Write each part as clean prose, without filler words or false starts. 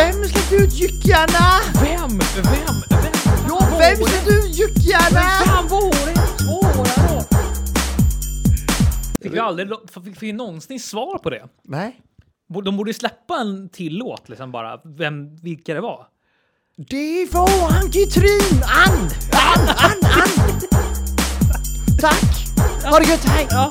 Vem släppte ut jyckarna? Vem? Ja, vem släppte ut jyckarna? Fan var det? Svåra då. Fick vi någonsin svar på det? Nej. De borde släppa en till låt liksom bara. Vilka det var? Det var Anki-Trin! Ann! Tack! Ha det gött, hej! Ja.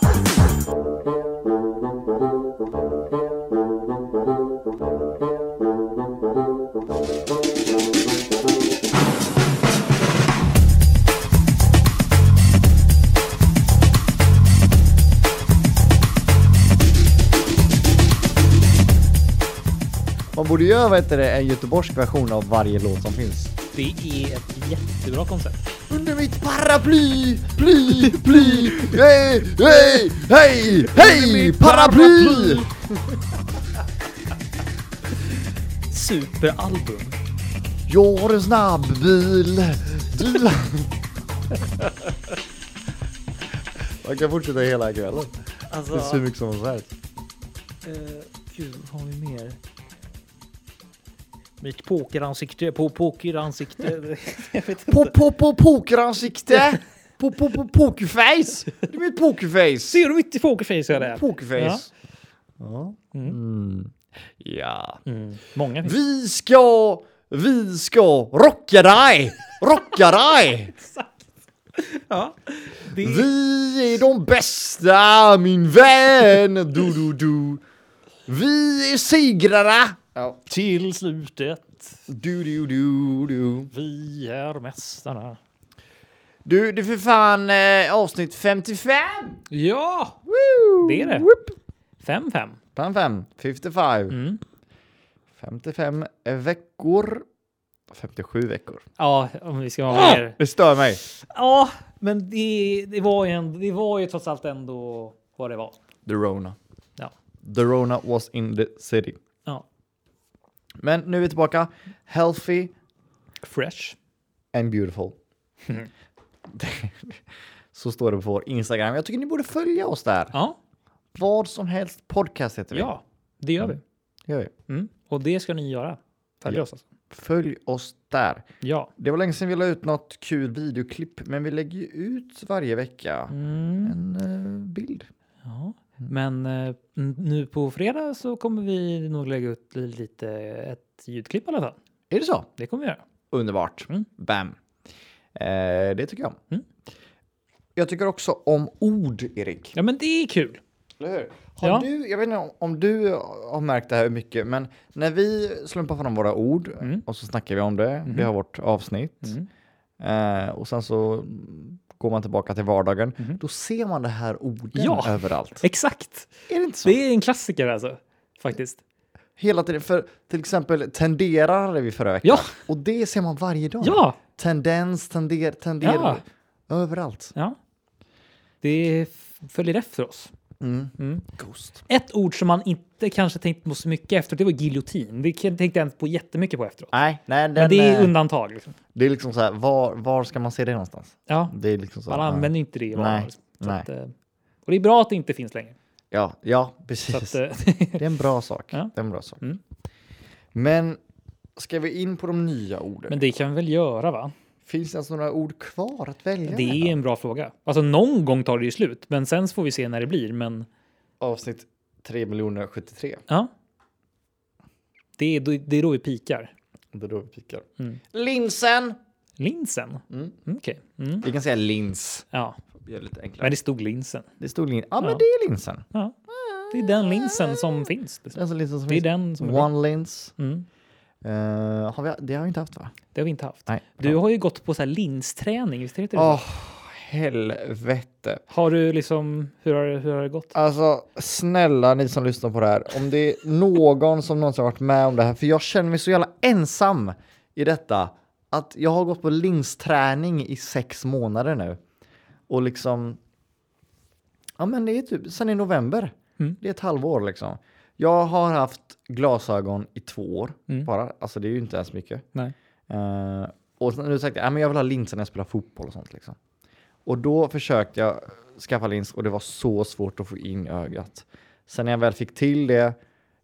Man borde göra, vet du, en göteborgsk version av varje låt som finns. Det är ett jättebra koncept. Under mitt paraply, ply, hej, paraply! Superalbum. Jag har en snabb bil. Man kan fortsätta hela kvällen. Alltså, Det är så mycket som helst. Gud, vad har vi mer? Mitt pokeransikte. Pokeransikte. Jag vet inte. Pokeransikte. Pokerface. Det är mitt pokerface. Ser du mitt pokerface? Ja. Pokerface. Ja. Ja. Många. Vi ska rocka dig. Exakt. Ja. Vi är de bästa, min vän. Du. Vi är segrarna. Ja. Till slutet. Du. Vi är mästarna. Du, det är för fan avsnitt 55. Ja. Woo! Det är det. Whoop. 5-5. 55. 55 veckor. 57 veckor. Ja, om vi ska vara mer. Det stör mig. Ja, men det var ju trots allt ändå vad det var. The Rona. Ja. The Rona was in the city. Ja. Men nu är vi tillbaka. Healthy Fresh. and beautiful. Så står det på vår Instagram. Jag tycker ni borde följa oss där. Ja. Vad som helst podcast heter vi. Ja, det gör vi. Gör vi. Och det ska ni göra. Följ oss alltså. Följ oss där. Ja. Det var länge sedan vi la ut något kul videoklipp, men vi lägger ju ut varje vecka en bild. Ja. Men nu på fredag så kommer vi nog lägga ut ett ljudklipp i alla fall. Är det så? Det kommer vi göra. Underbart. Bam. Det tycker jag om. Mm. Jag tycker också om ord, Erik. Ja, men det är kul. Eller hur? Har du, jag vet inte om du har märkt det här mycket, men när vi slumpar fram våra ord och så snackar vi om det. Vi har vårt avsnitt. Och sen så går man tillbaka till vardagen. Då ser man det här orden överallt. Exakt. Är det inte så? Det är en klassiker alltså, faktiskt. Hela tiden. För till exempel tenderar vi förra veckan. Ja. Och det ser man varje dag. Ja. Tendens, tenderar. Ja. Överallt. Ja. Det följer efter oss. Ghost. Ett ord som man inte kanske tänkt på så mycket efter, det var giljotin. Det tänkte jag inte på jättemycket på efteråt. Nej, men det är undantag. Liksom. Det är liksom så här, var ska man se det någonstans? Ja, det är liksom så, man använder inte det. Nej. Och det är bra att det inte finns längre. Ja, precis. Så att, det är en bra sak. Ja. Det är en bra sak. Men ska vi in på de nya orden? Men det kan vi väl göra, va? Finns det alltså några ord kvar att välja? Det är en bra fråga. Alltså någon gång tar det ju slut, men sen får vi se när det blir. Men avsnitt 3 073. Ja. Det är då vi pikar. Det är då vi pikar. Linsen. Okej. Vi kan säga lins. Ja. Det är lite enklare. Men det stod linsen. Det stod linsen. Ja, men det är linsen. Ja. Det är den linsen som finns. Det är linsen som det är finns. den som One lins. Det har vi inte haft, va? Det har vi inte haft. Nej. Du har ju gått på så här linsträning. Visst heter det så? Helvete. Har du liksom, hur har det gått? Alltså, snälla ni som lyssnar på det här. Om det är någon som någonsin har varit med om det här. För jag känner mig så jävla ensam i detta. Att jag har gått på linsträning i 6 månader nu. Och liksom... Ja, men det är typ sen i november. Det är ett halvår liksom. Jag har haft glasögon i 2 år bara. Alltså det är ju inte ens mycket. Nej. Och nu sagt jag, men jag vill ha linser när jag spelar fotboll och sånt liksom. Och då försökte jag skaffa lins och det var så svårt att få in ögat. Sen när jag väl fick till det,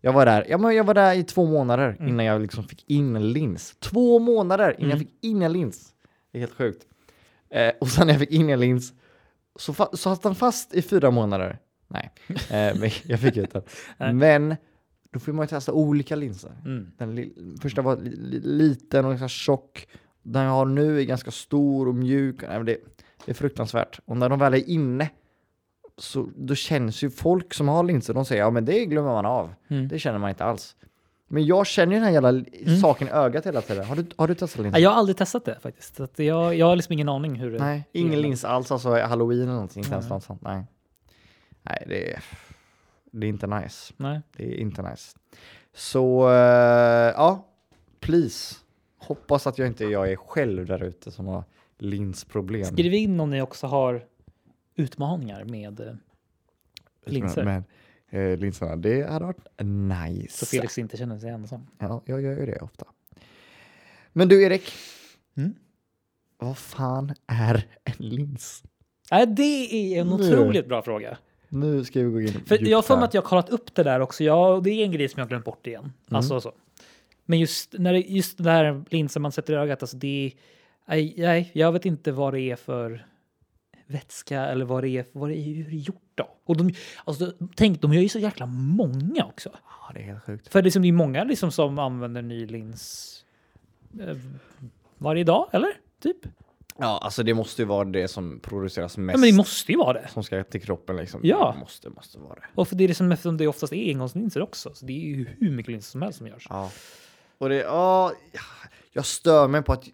Jag var där i 2 månader innan jag liksom fick in en lins. 2 månader innan jag fick in en lins. Det är helt sjukt. Och sen när jag fick in en lins så satt den fast i 4 månader. Nej, men jag fick ut den. Men då får man ju testa olika linser. Den första var liten och ganska tjock. Den jag har nu är ganska stor och mjuk. Det är fruktansvärt. Och när de väl är inne så då känns ju folk som har linser, de säger men det glömmer man av. Det känner man inte alls. Men jag känner ju den här jävla saken i ögat hela tiden. Har du testat linser? Jag har aldrig testat det faktiskt. Så att jag har liksom ingen aning hur det... Nej, ingen lins alls. Alltså Halloween eller någonting. Inte ens något sånt. Nej, det är inte nice. Nej. Det är inte nice. Så, please. Hoppas att jag är själv där ute som har linsproblem. Skriv in om ni också har utmaningar med linser. Med linserna. Det hade varit nice. Så Felix inte känner sig ensam. Ja, jag gör ju det ofta. Men du Erik. Vad fan är en lins? Det är en otroligt bra fråga. Nu ska vi gå in. För jag får med att jag har kollat upp det där också. Det är en grej som jag har glömt bort igen. Alltså så. Men just det här linsen man sätter i ögat. Alltså jag vet inte vad det är för vätska eller vad det är gjort då. Och de gör ju så jäkla många också. Ja, det är helt sjukt. För det är många liksom som använder ny lins varje dag, eller? Typ. Ja, alltså det måste ju vara det som produceras mest. Ja, men det måste ju vara det. Som ska till kroppen liksom. Ja. Det måste vara det. Och för det är liksom, eftersom det oftast är engångslinser också. Så det är ju hur mycket linser som helst som görs. Ja. Och jag stör mig på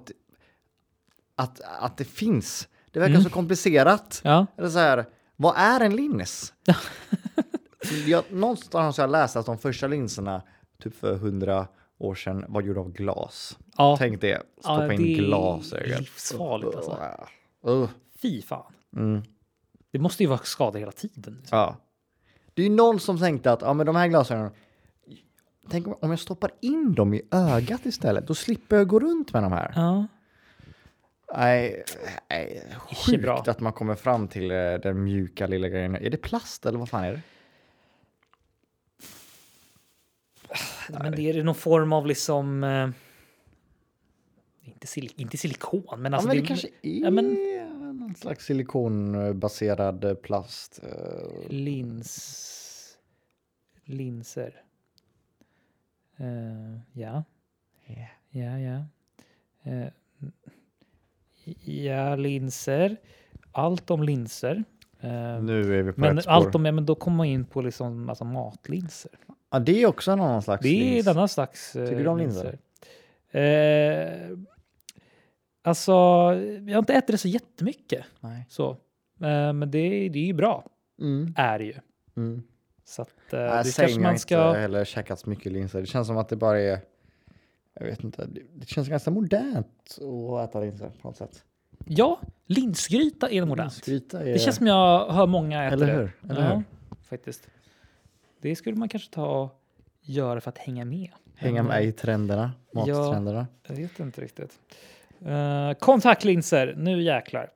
att det finns. Det verkar så komplicerat. Ja. Eller så här, vad är en lins? Någonstans har jag läst att de första linserna typ för 100 år sedan var gjorda av glas. Ja. Tänk det, stoppa in glas i ögat. Det är livsfarligt alltså. Fy fan. Det måste ju vara skada hela tiden. Liksom. Ja. Det är ju någon som tänkte att men de här glasögonen, tänk om jag stoppar in dem i ögat istället, då slipper jag gå runt med de här. Ja. Nej, sjukt bra. Att man kommer fram till den mjuka lilla grejen. Är det plast eller vad fan är det? Men det är någon form av liksom inte silikon, men alltså men det kanske är någon slags silikonbaserad plast. Linser. Ja. Ja, linser. Allt om linser. Nu är vi på men rätt spår. allt om, men då kommer man in på liksom alltså matlinser. Ja, det är också en annan slags lins. Det är denna slags Tycker du om linser? Alltså, jag har inte ätit det så jättemycket. Nej. Så. Men det är ju bra. Är det ju. Så att det kanske man ska... inte heller käkat så mycket linser. Det känns som att det bara är... Jag vet inte. Det känns ganska modernt att äta linser på något sätt. Ja, linsgryta är modernt. Linsgryta är... Det känns som jag hör många äta Eller hur? det. Eller hur? Faktiskt. Det skulle man kanske göra för att hänga med. Hänga med i trenderna. Mattrenderna. Jag vet inte riktigt. Kontaktlinser. Nu jäklar.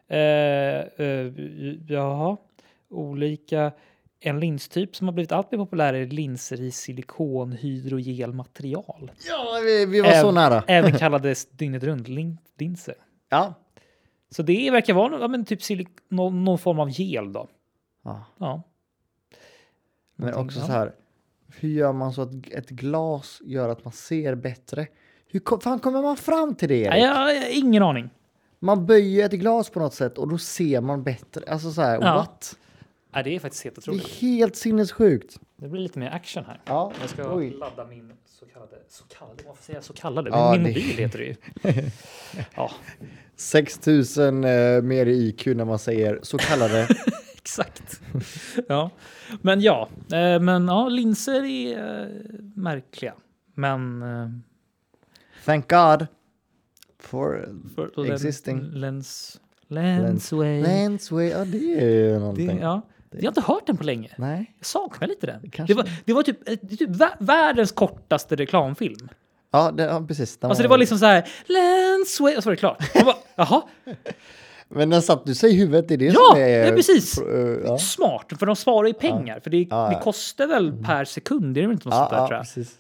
Jaha. Olika... En linstyp som har blivit allt mer populär är linser i silikon, hydrogelmaterial. Ja, vi var så nära. Även kallades dygnet runt linser. Ja. Så det verkar vara typ någon form av gel då. Ja. Men också så här, hur gör man så att ett glas gör att man ser bättre? Hur fan kommer man fram till det, Erik? Jag har ingen aning. Man böjer ett glas på något sätt och då ser man bättre. Alltså så här, what? Ja, det är faktiskt helt otroligt. Det är helt sinnessjukt. Det blir lite mer action här. Ja. Jag ska ladda min så kallade, man får säga så kallade. Ja, min mobil heter det ju. Ja. 6000 mer i IQ när man säger så kallade. Exakt. Ja. Men linser är märkliga. Men thank God for existing. Lensway. Ja, det är någonting. Jag har inte hört den på länge. Nej. Jag saknar lite den. Det var typ världens kortaste reklamfilm. Ja, precis. Alltså det var liksom så här Lensway och så var det klart. Jaha. Men den satt du sig i huvudet, det är det Ja, som är... ja, precis. Ja. Smart, för de sparar ju pengar. För det kostar väl per sekund, det är det inte något sånt där, tror jag. Precis.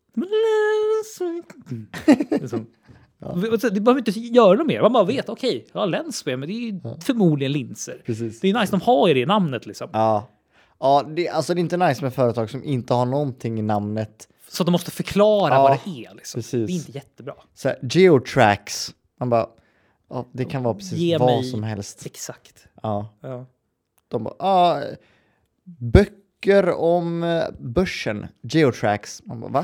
Liksom. Det behöver inte göra något mer. Man bara vet, okej, länsspel, men det är ju förmodligen linser. Precis. Det är nice, de har ju det i namnet liksom. Ja, det är inte nice med företag som inte har någonting i namnet. Så de måste förklara vad det är liksom. Precis. Det är inte jättebra. Så här, Geotracks. Man bara, det kan vara precis Ge vad mig som helst. Exakt. Ja. Ja. De bara, böcker om börsen. Geotracks. Man bara, va?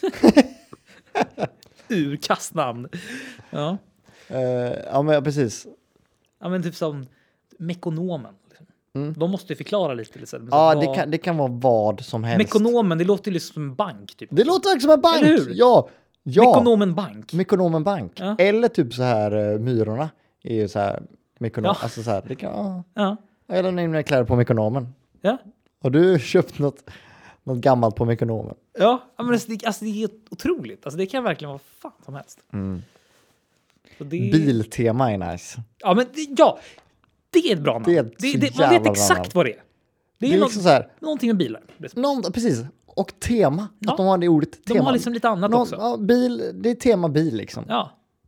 Urkastnamn. Ja. Ja, men precis. Ja, men typ som Mekonomen. Liksom. De måste ju förklara lite. Liksom. Ja, det kan vara vad som helst. Mekonomen, det låter ju liksom som en bank. Typ. Det låter också som en bank. Eller hur? Ja. Mekonomen bank. Mekonomen bank. Ja. Eller typ så här Myrorna är ju så här Mekonom. Ja. Alltså så här, det kan Ja. eller nämna kläder på Mekonomen. Ja. Har du köpt något gammalt på Mekonomen? Ja, men det är otroligt. Alltså, det kan verkligen vara fan som helst. Så det... Biltema är nice. Ja, men det är ett bra namn. Det är Man vet exakt vad det är. Det är liksom så här, någonting med bilar. precis. Och tema. Ja. Att de har det ordet tema. De har liksom lite annat också. Ja, bil, det är tema bil liksom. Ja.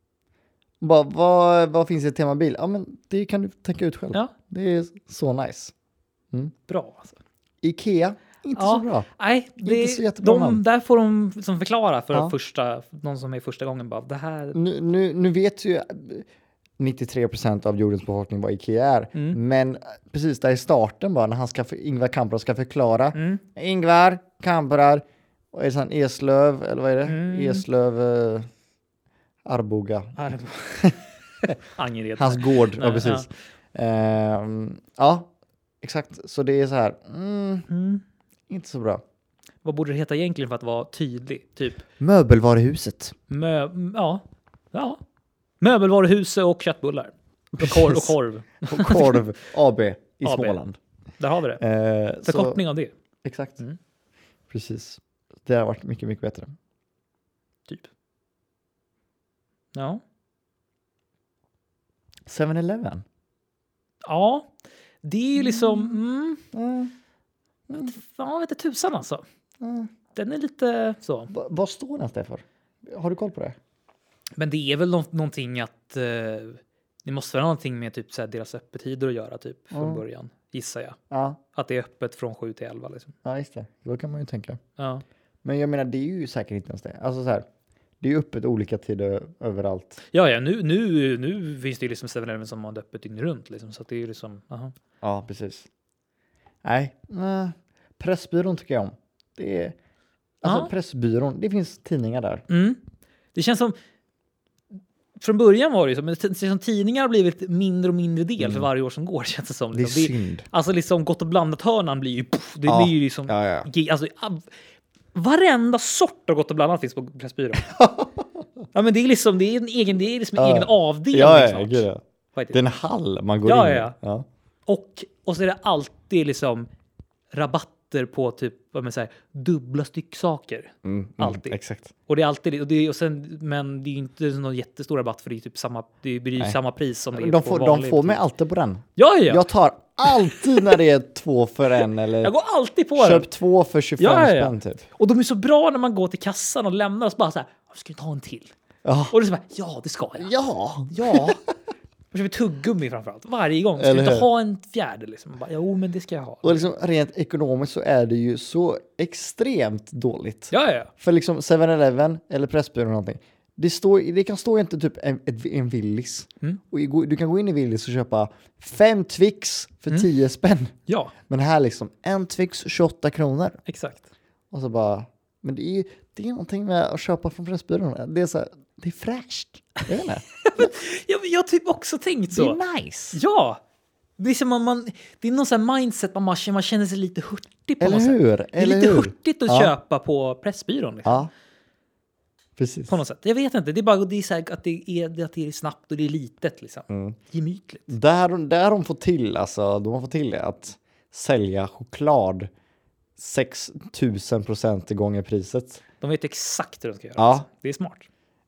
Bara, vad finns i tema bil? Ja, men det kan du tänka ut själv. Ja. Det är så nice. Bra alltså. Ikea, inte så bra. Nej, Inte så jättebra namn. där får de som förklara för någon som är första gången bara det här. Nu vet ju 93% av jordens befolkning vad Ikea är. Men precis där i starten bara när Ingvar Kamprad ska förklara. Ingvar Kamprad och är det sån Eslöv eller vad är det? Eslöv Arboga. Angered. Hans gård, Nej, ja precis. Ja, exakt. Så det är så här. Inte så bra. Vad borde det heta egentligen för att vara tydlig? Typ Möbelvaruhuset. Ja. Möbelvaruhuset och köttbullar. Och korv. Och korv AB i AB. Småland. Där har vi det. Förkortning av det. Exakt. Precis. Det har varit mycket, mycket bättre. Typ. Ja. 7-Eleven. Ja. Det är ju liksom... Fan, vet inte tusan alltså. Den är lite så. Vad står den där för? Har du koll på det? Men det är väl någonting att... det måste vara någonting med typ så här deras öppettider att göra typ från början. Gissar jag. Ja. Att det är öppet från 7 till 11 liksom. Ja, just det. Då kan man ju tänka. Ja. Men jag menar, det är ju säkert inte ens det. Alltså så här, det är ju öppet olika tider överallt. Ja, nu finns det ju liksom 7-Eleven som har öppet dygn runt liksom. Så att det är ju liksom... Ja, precis. Nej, Pressbyrån tycker jag om. Det är... Alltså Pressbyrån, det finns tidningar där. Det känns som... Från början var det ju så, men det känns som tidningar har blivit mindre och mindre del för varje år som går, känns det som. Liksom. Det är synd. Alltså liksom Gott och blandat-hörnan blir ju... det blir ju liksom... Ja. Alltså, varenda sort av Gott och blandat finns på Pressbyrån. Ja, men det är liksom, det är en egen avdelning. Ja, gud, ja. Faktiskt. Det är en hall man går in i. Ja. Och så är det alltid liksom rabatter på typ vad man säger, dubbla stycksaker. Alltid. Exakt. Och det är alltid men det är ju inte någon jättestor rabatt för det är typ det blir ju samma pris som det är på vanlig de får mig alltid på den. Ja. Jag tar alltid när det är 2 för 1 eller jag går alltid på köp den. 2 för 25 spänn typ. Och de är så bra när man går till kassan och lämnar oss bara så här, ska du ta en till? Ja. Och det är så bara, ja, det ska jag. Ja. Och köper tuggummi framförallt. Varje gång. Ska du inte ha en fjärde liksom? Bara, jo, men det ska jag ha. Och liksom rent ekonomiskt så är det ju så extremt dåligt. Ja. För liksom 7-Eleven eller Pressbyrån eller någonting. Det kan stå inte typ en Willys. Och du kan gå in i Willys och köpa 5 Twix för 10 spänn. Ja. Men här liksom, en Twix 28 kronor. Exakt. Och så bara, men det är någonting med att köpa från Pressbyrån. Det är så här, det är fräscht. Jag vet inte. Jag har typ också tänkt så. Det är nice. Ja. Det är som det är någon sån här mindset man känner sig lite hurtig på Eller något hur? sätt. Det är lite hurtigt att köpa på Pressbyrån. Liksom. Ja. Precis. På något sätt. Jag vet inte. Det är så här att det är snabbt och det är litet liksom. Gemytligt. Där de får till, alltså, de har fått till det att sälja choklad 6000% gånger priset. De vet exakt hur de ska göra. Ja. Alltså. Det är smart.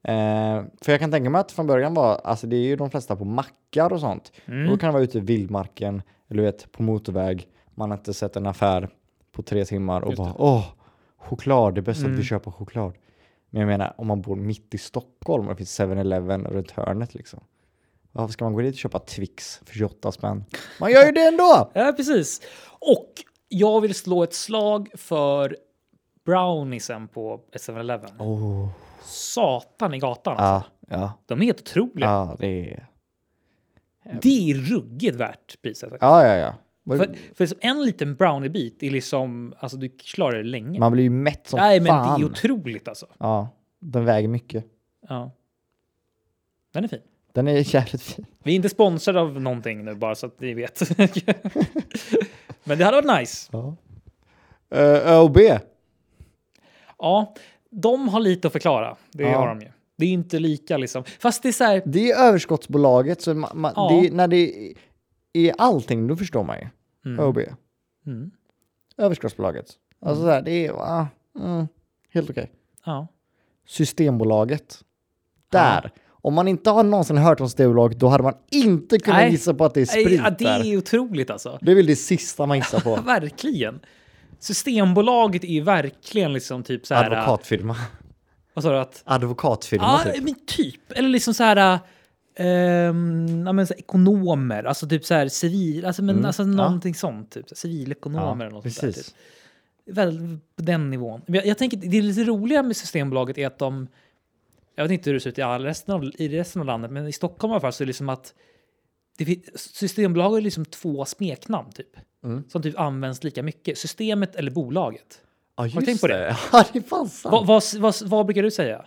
För jag kan tänka mig att från början var, alltså det är ju de flesta på mackar och sånt. Och då kan det vara ute i vildmarken, eller vet, på motorväg. Man har inte sett en affär på 3 timmar och bara, choklad, det är bäst att vi köper choklad. Men jag menar, om man bor mitt i Stockholm och det finns 7-Eleven runt hörnet liksom. Varför ska man gå dit och köpa Twix för 28 spänn? Man gör ju det ändå! Ja, precis. Och jag vill slå ett slag för browniesen på 7-Eleven. Satan i gatan. Alltså. Ja. De är helt otroliga. Ja, det är... Det är ruggigt värt priset. Ja. För som en liten brownie-bit är liksom, alltså du klarar det länge. Man blir ju mätt som Nej, men fan. det är otroligt alltså. Ja, den väger mycket. Ja. Den är fin. Den är jävligt fin. Vi är inte sponsrade av någonting nu, bara så att ni vet. Men det hade varit nice. Ja. ÖoB. Ja, de har lite att förklara. Det har de ju. Det är inte lika liksom. Fast det är så här... Det är överskottsbolaget, så det är, när det är allting, då förstår man ju. ÖoB. Överskottsbolaget. Alltså så här, det är helt okej. Ja. Systembolaget. Där. Om man inte har någonsin hört om Systembolaget, då hade man inte kunnat gissa på att det är sprit där. Det är otroligt alltså. Det är väl det sista man gissar på. Verkligen. Systembolaget är ju verkligen liksom typ så här... Advokatfirma. Vad sa du att? Advokatfirma Ja, men typ. Eller liksom så här... så ekonomer. Alltså typ så här civil... Alltså, alltså någonting sånt. Typ. Civilekonomer eller något precis. sånt där. Typ. Väl på den nivån. Men jag tänker, det är lite roliga med Systembolaget är att de... Jag vet inte hur det ser ut i resten av landet, men i Stockholm i alla fall så är det liksom att Systembolaget är liksom 2 smeknamn typ. Som typ används lika mycket. Systemet eller bolaget. Ja, just har du tänkt på det? Ja, det är fan sant. Vad brukar du säga?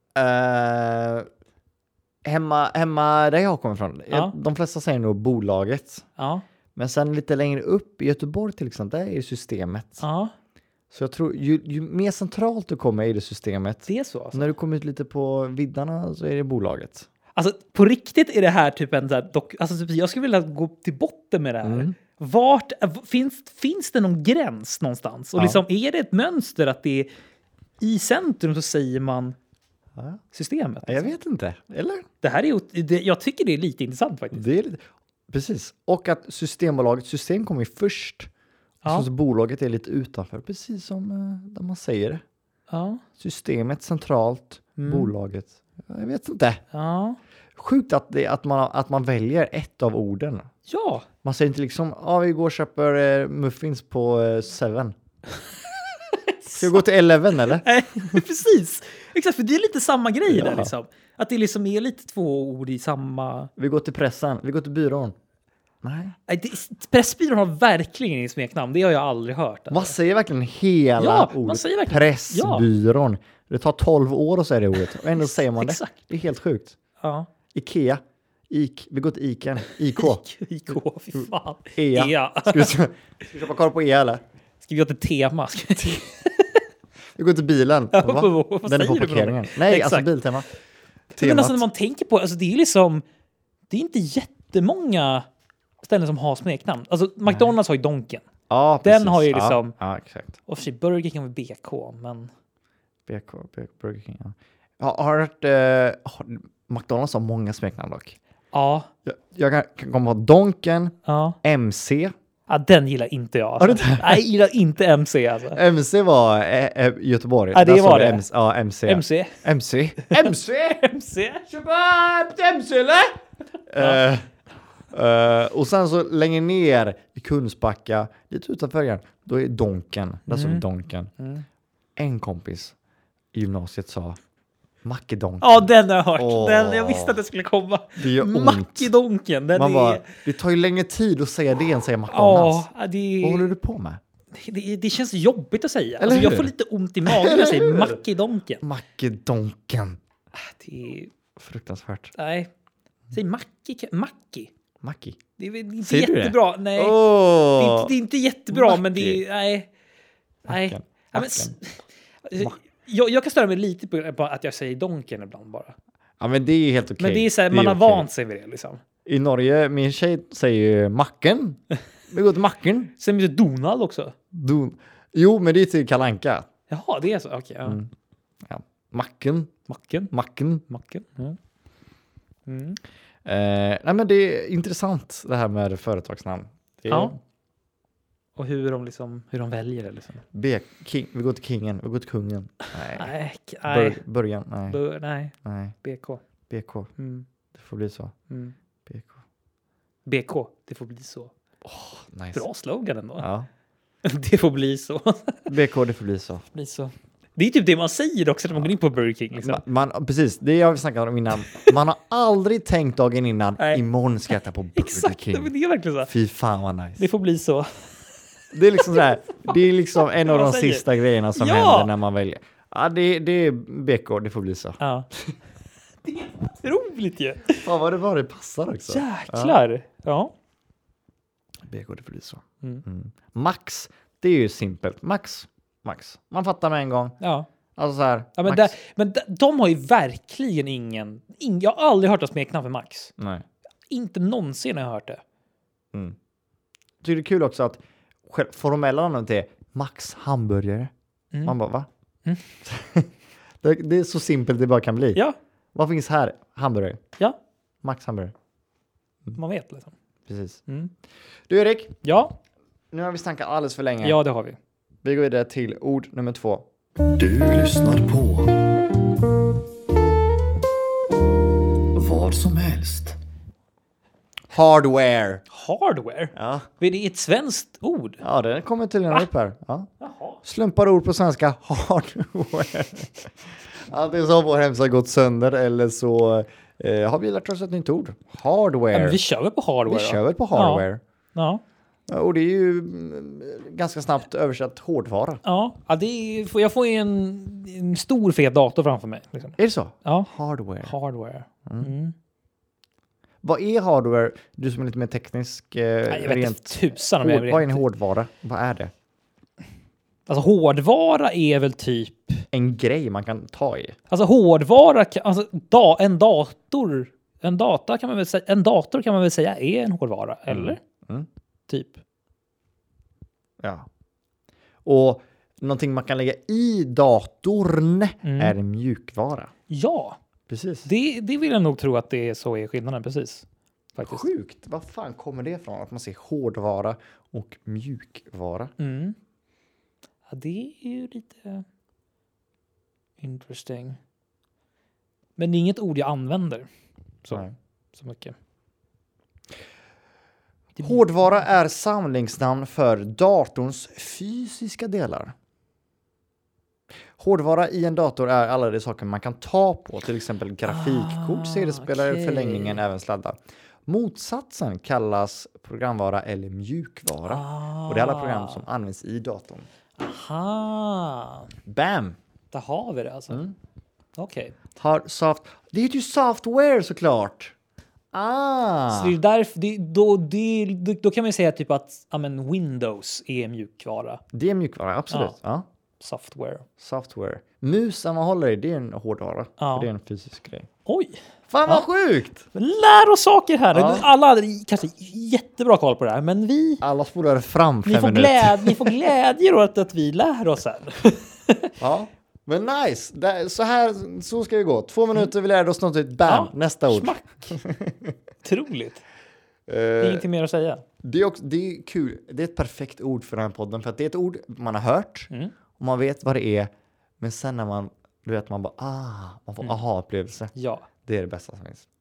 Hemma där jag kommer ifrån. De flesta säger nog bolaget. Ja. Men sen lite längre upp i Göteborg till exempel, där är det systemet. Ja. Så jag tror, ju mer centralt du kommer i det systemet. Det är så alltså. När du kommer ut lite på viddarna så är det bolaget. Alltså på riktigt är det här typ en där alltså typ, jag skulle vilja gå till botten med det här. Vart finns det någon gräns någonstans? Och liksom är det ett mönster att det är i centrum så säger man systemet? Jag vet inte. Eller? Det här jag tycker det är lite intressant faktiskt. Det är lite, precis. Och att system kommer ju först. Så bolaget är lite utanför, precis som där man säger det. Ja. Systemet centralt, bolaget. Jag vet inte. Ja. Sjukt att man väljer ett av orden. Ja. Man säger inte liksom, vi går och köper muffins på 7. Ska vi gå till 11 eller? Nej, precis. Exakt, för det är lite samma grej där liksom. Att det liksom är lite 2 ord i samma... Vi går till pressen, vi går till byrån. Nej. Pressbyrån har verkligen ingen smeknamn. Det har jag aldrig hört. Alltså. Man säger verkligen hela ordet. Man säger verkligen. Pressbyrån. Ja. Det tar 12 år att säga det ordet. Och ändå säger man det. Exakt. Det är helt sjukt. Ja. Ikea. Vi går till Iken. IK. IK, fy fan. EA. Ska vi köpa korv på EA eller? Ska vi gå till Tema? Vi går till bilen. Den är på parkeringen. Nej, alltså Biltema. Men alltså när man tänker på, alltså det är liksom, det är inte jättemånga ställen som har smeknamn. Alltså McDonald's har ju Donken. Ja, den precis. har ju liksom... Ja, exakt. Och för sig Burger King har BK, men... Burger King, ja. Har hört... McDonald's har många smeknamn dock. Ja. Jag kan komma på Donken, ja. MC. Ja, den gillar inte jag. Alltså. Nej, jag gillar inte MC alltså. MC var Göteborg. Ja, det var det. MC. Köpa MC eller? Och sen så längre ner i Kungsbacka, lite utanför igen, då är Donken. Där står Donken. En kompis i gymnasiet sa Mackedonken. Ja, den har jag hört. Jag visste att det skulle komma. Det gör ont. Mackedonken. Det tar ju längre tid att säga det än säga McDonald's. Vad håller du på med? Det känns jobbigt att säga. Alltså, jag får lite ont i magen när jag säger Mackedonken. Mackedonken. Det är fruktansvärt. Nej. Säg Macki. Det är inte säger jättebra. Nej. Det är inte jättebra, Mackie. Men det är... Nej. Jag kan störa mig lite på att jag säger Donken ibland bara. Ja, men det är helt okej. Men det är så här, man har vant sig vid det liksom. I Norge, min tjej säger Macken. Vi går till Macken. Sen är det Donald också. Jo, men det är till Kalle Anka. Jaha, det är så. Okej. Ja. Ja, Macken. Macken. Nej, men det är intressant det här med företagsnamn. Det är Ja. Och hur de väljer det liksom. vi går till kingen, vi går till kungen. Nej. Början, nej. Nej. BK. BK, det får bli så. BK. BK, det får bli så. Nice. Bra slogan ändå. Ja. Det får bli så. BK, det får bli så. Bli så. Det är typ det man säger också när man går in på Burger King. Liksom. Precis, det jag snackade om innan. Man har aldrig tänkt dagen innan, imorgon ska jag äta på Burger Exakt, King. men det är verkligen så. Fy fan vad nice. Det får bli så. Det är liksom sådär, det är liksom en av de säger. sista grejerna som händer när man väljer. Ja, det är BK, det får bli så. Ja. Det är otroligt ju. Fan vad det var, det passar också. Jäklar. Ja. BK, det får bli så. Max, det är ju simpelt. Max. Man fattar med en gång. Ja. Alltså så här. Ja, men de har ju verkligen ingen... Jag har aldrig hört ett smeknamn för Max. Nej. Inte någonsin har jag hört det. Jag tycker det är kul också att formella namnet är Max hamburgare. Man bara, va? Det är så simpelt det bara kan bli. Ja. Vad finns här? Hamburgare. Ja. Max hamburgare. Man vet liksom. Precis. Du Erik. Ja. Nu har vi snackat alldeles för länge. Ja, det har vi. Vi går vidare till ord nummer 2. Du lyssnar på vad som helst. Hardware. Hardware? Ja. Är det ett svenskt ord? Ja, det kommer tydligen upp här. Ja. Slumpar ord på svenska. Hardware. Antingen så har vår hemsida gått sönder eller så har vi lärt oss ett nytt ord. Hardware. Ja, men vi kör väl på hardware? Vi kör väl på hardware. Ja. Och det är ju ganska snabbt översatt hårdvara. Ja, det är, jag får ju en stor fet dator framför mig. Liksom. Är det så? Ja. Hardware. Vad är hardware? Du som är lite mer teknisk. Nej, jag vet inte tusan om jag vet. Vad är en hårdvara? Vad är det? Alltså hårdvara är väl typ... En grej man kan ta i. Alltså hårdvara, alltså en dator kan man väl säga är en hårdvara, eller? Typ. Ja. Och någonting man kan lägga i datorn är en mjukvara. Ja. Precis. Det vill jag nog tro att det är så är skillnaden, precis. Faktiskt. Sjukt. Vad fan kommer det ifrån? Att man säger hårdvara och mjukvara. Ja, det är ju lite interesting. Men det är inget ord jag använder så mycket. Hårdvara är samlingsnamn för datorns fysiska delar. Hårdvara i en dator är alla de saker man kan ta på, till exempel grafikkort, CD-spelare, förlängningen, även sladdar. Motsatsen kallas programvara eller mjukvara. Och det är alla program som används i datorn. Aha. Bam! Där har vi det alltså. Okej. Det är ju software såklart. Så det är därför, då kan man säga typ att Windows är mjukvara. Det är mjukvara, absolut. Ja. Software. Musen man håller i, det är en hårdvara. Ja. Det är en fysisk grej. Oj! Fan vad sjukt! Lär oss saker här. Ja. Alla hade kanske jättebra koll på det här, men alla spolade fram 5 minuter. Ni får glädje då att vi lär oss här. Ja, men nice. Så ska vi gå. 2 minuter, vi lärde oss något ut. Bam, nästa ord. Smack. Otroligt. Ingenting mer att säga. Det är kul. Det är ett perfekt ord för den här podden. För att det är ett ord man har hört. Och man vet vad det är. Men sen när man bara, man får aha-upplevelse. Ja. Det är det bästa som finns.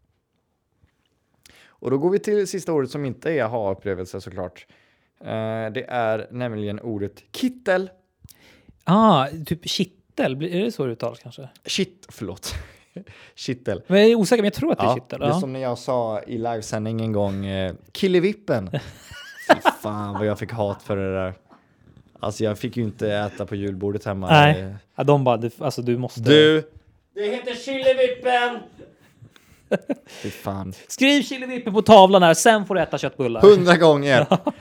Och då går vi till sista ordet som inte är aha-upplevelse såklart. Det är nämligen ordet kittel. Typ kittel. Är det så det uttalas kanske? Kittel. Men jag är osäker, men jag tror att det är kittel. Det är som när jag sa i livesändning en gång, Killevippen. Fy fan vad jag fick hat för det där. Alltså jag fick ju inte äta på julbordet hemma. Nej, de bara, du måste... Det heter Killevippen! Fy fan. Skriv Killevippen på tavlan här, sen får du äta köttbullar. 100 gånger.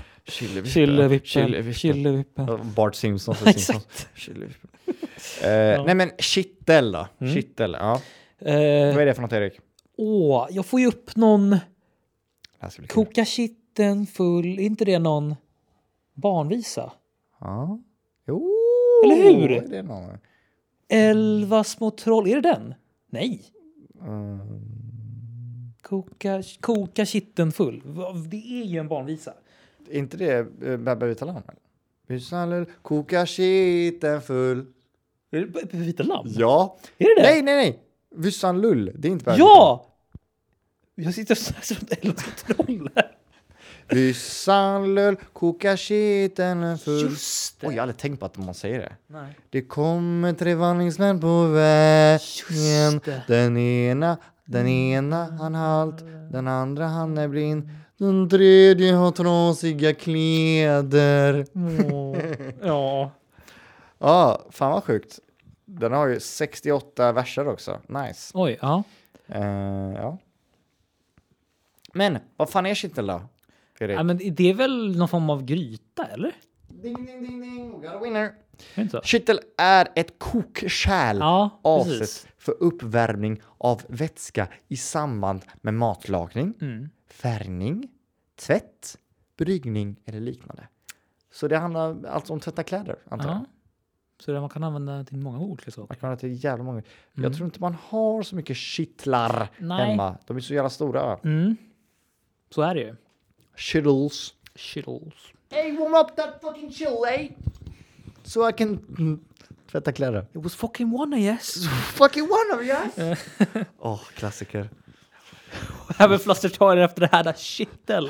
Killevippen. Bart Simpson för Exakt. Killevippen. Nej men kittel då. Kittel, ja. Vad är det för något, Erik? Jag får ju upp någon koka kitten full. Är inte det någon barnvisa? Ja. Jo. Eller hur? Det är någon. 11 små troll. Är det den? Nej. Koka kitten full. Det är ju en barnvisa. Är inte det Bebbe Vita Lamm? Vyssan lull, koka skiten full. Är det Bebbe Vita Lamm? Ja. Är det? Nej. Vyssan lull, det är inte Bebbe. Ja! Jag sitter och snackar om 11 små troll här. Vyssan lull, koka skiten full. Just det. Oj, jag har aldrig tänkt på att man säger det. Nej. Det kommer 3 vandringsmän på vägen. Just det. Den ena han halt, den andra han är blind. Den tredje har trasiga kläder. Ja. Ja, fan vad sjukt. Den har ju 68 verser också. Nice. Oj, ja. Ja. Men, vad fan är kittel då? Ja, men det är väl någon form av gryta, eller? Ding, ding, ding, ding. We got a winner. Är det inte så? Kittel är ett kokkärl Ja, avsett precis. för uppvärmning av vätska i samband med matlagning, färgning, tvätt, bryggning eller liknande. Så det handlar alltså om tvätta kläder, antar jag. Ja. Så det man kan använda till många olika saker. Man kan ha till jävla många. Jag tror inte man har så mycket kittlar hemma. De är så jävla stora. Så är det ju. Shittles. Shittles. Hey, warm up that fucking chill, eh? So I can tvätta kläder. It was fucking one, yes. Fucking one of yes! Klassiker. Även flastertar efter det här där kittel.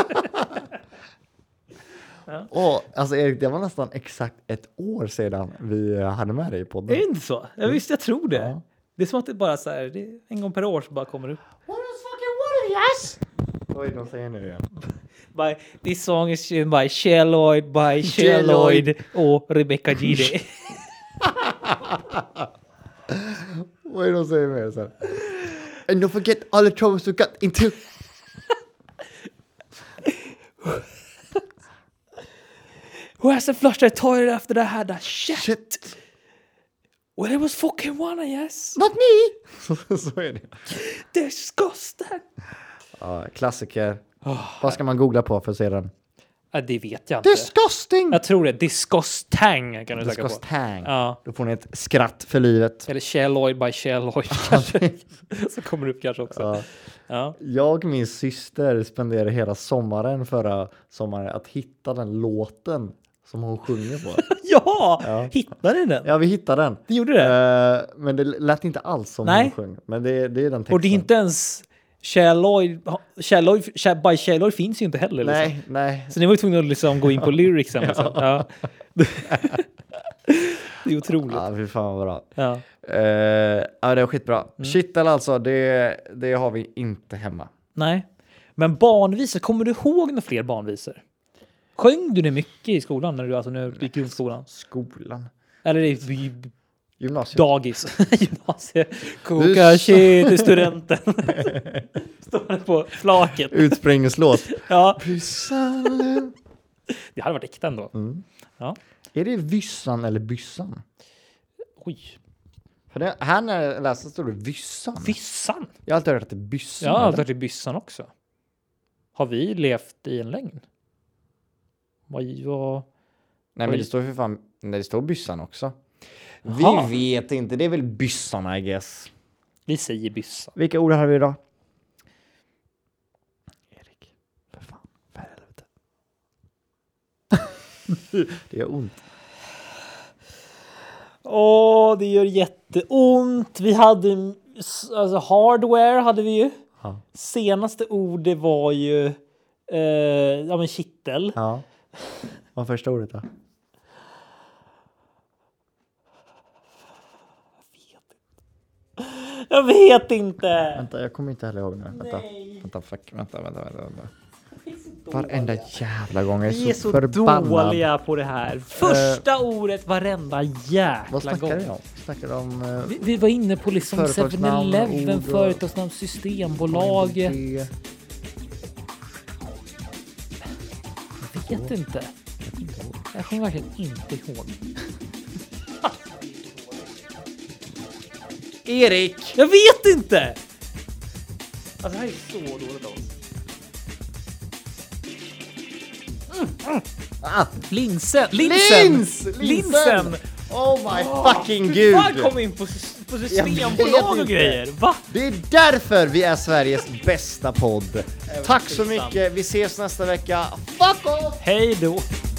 Alltså Erik, det var nästan exakt ett år sedan vi hade med dig i podden. Är det inte så? Ja, visst, jag tror det. Ja. Det är som att det bara så här, det är en gång per år så bara kommer upp. What is fucking one of yes? Vad är det de säger nu igen? This song is by Shelloyd, by Shelloyd och Rebecca Gide. Vad är det de säger mer så här? And don't forget all the troubles we got into. Who has a flushed their toilet after that had that shit? Well, it was fucking one, yes. Not me! Så är det. Disgusting. Ja, klassiker. Vad ska man googla på för att se den? Ja, det vet jag inte. Disgusting! Jag tror det. Disgusting kan du säga på. Disgusting. Ja. Då får ni ett skratt för livet. Eller Shelloyd by Shelloyd kanske. Så kommer det upp kanske också. Ja. Ja. Jag och min syster spenderade hela förra sommaren att hitta den låten som hon sjunger på. Ja! Hittade ni den? Ja, vi hittade den. Det gjorde det? Men det lät inte alls som Nej. hon sjöng. Men det är den texten. Och det är inte ens Shelloyd by Shelloyd finns ju inte heller. Liksom. Nej. Så ni var ju tvungna att liksom gå in på lyricsen. Liksom. Ja. Det är otroligt. Ja, fy fan vad bra. Ja. Ja, det var skitbra. Kittel alltså, det har vi inte hemma. Nej. Men barnvisor, kommer du ihåg några fler barnvisor? Sjöng du det mycket i skolan när du gick i skolan? Skolan? Eller i Gymnasiet? dagis? Gymnasiet. Koka shit i studenten. Står på flaket. Utsprängningslåt. Ja. Byssan. Det hade varit äkta ändå. Ja. Är det Vyssan eller Byssan? Oj. För det, här när jag läste stod det Vyssan. Vyssan? Jag har alltid hört att det är Byssan. Ja, jag har alltid hört i Byssan också. Har vi levt i en längd? Nej, men det står för fan... Nej, det står Byssan också. Aha. Vi vet inte. Det är väl Byssan, I guess. Vi säger Byssan. Vilka ord har vi idag? Erik. För fan. För helvete. Det gör ont. Det gör jätteont. Vi hade... Alltså hardware hade vi ju. Ja. Senaste ordet var ju... men kittel. Ja. Vad första ordet då? Jag vet inte. Vänta, jag kommer inte heller ihåg nu. Vänta. Varenda jävla gång. Vi är så dåliga på det här. Första ordet varenda jäkla gång. Vad snackar vi om? Snackar om vi var inne på liksom företagsnamn, 7-Eleven, ord, företagsnamn, Systembolaget. Jag vet inte. Jag kommer verkligen inte ihåg. Erik! Jag vet inte! Alltså det här är så dåligt av oss. Linsen! Oh my fucking gud! Fan kom in på systembolag och grejer. Va? Det är därför vi är Sveriges bästa podd. Tack så mycket. Vi ses nästa vecka. Fuck off! Hej då!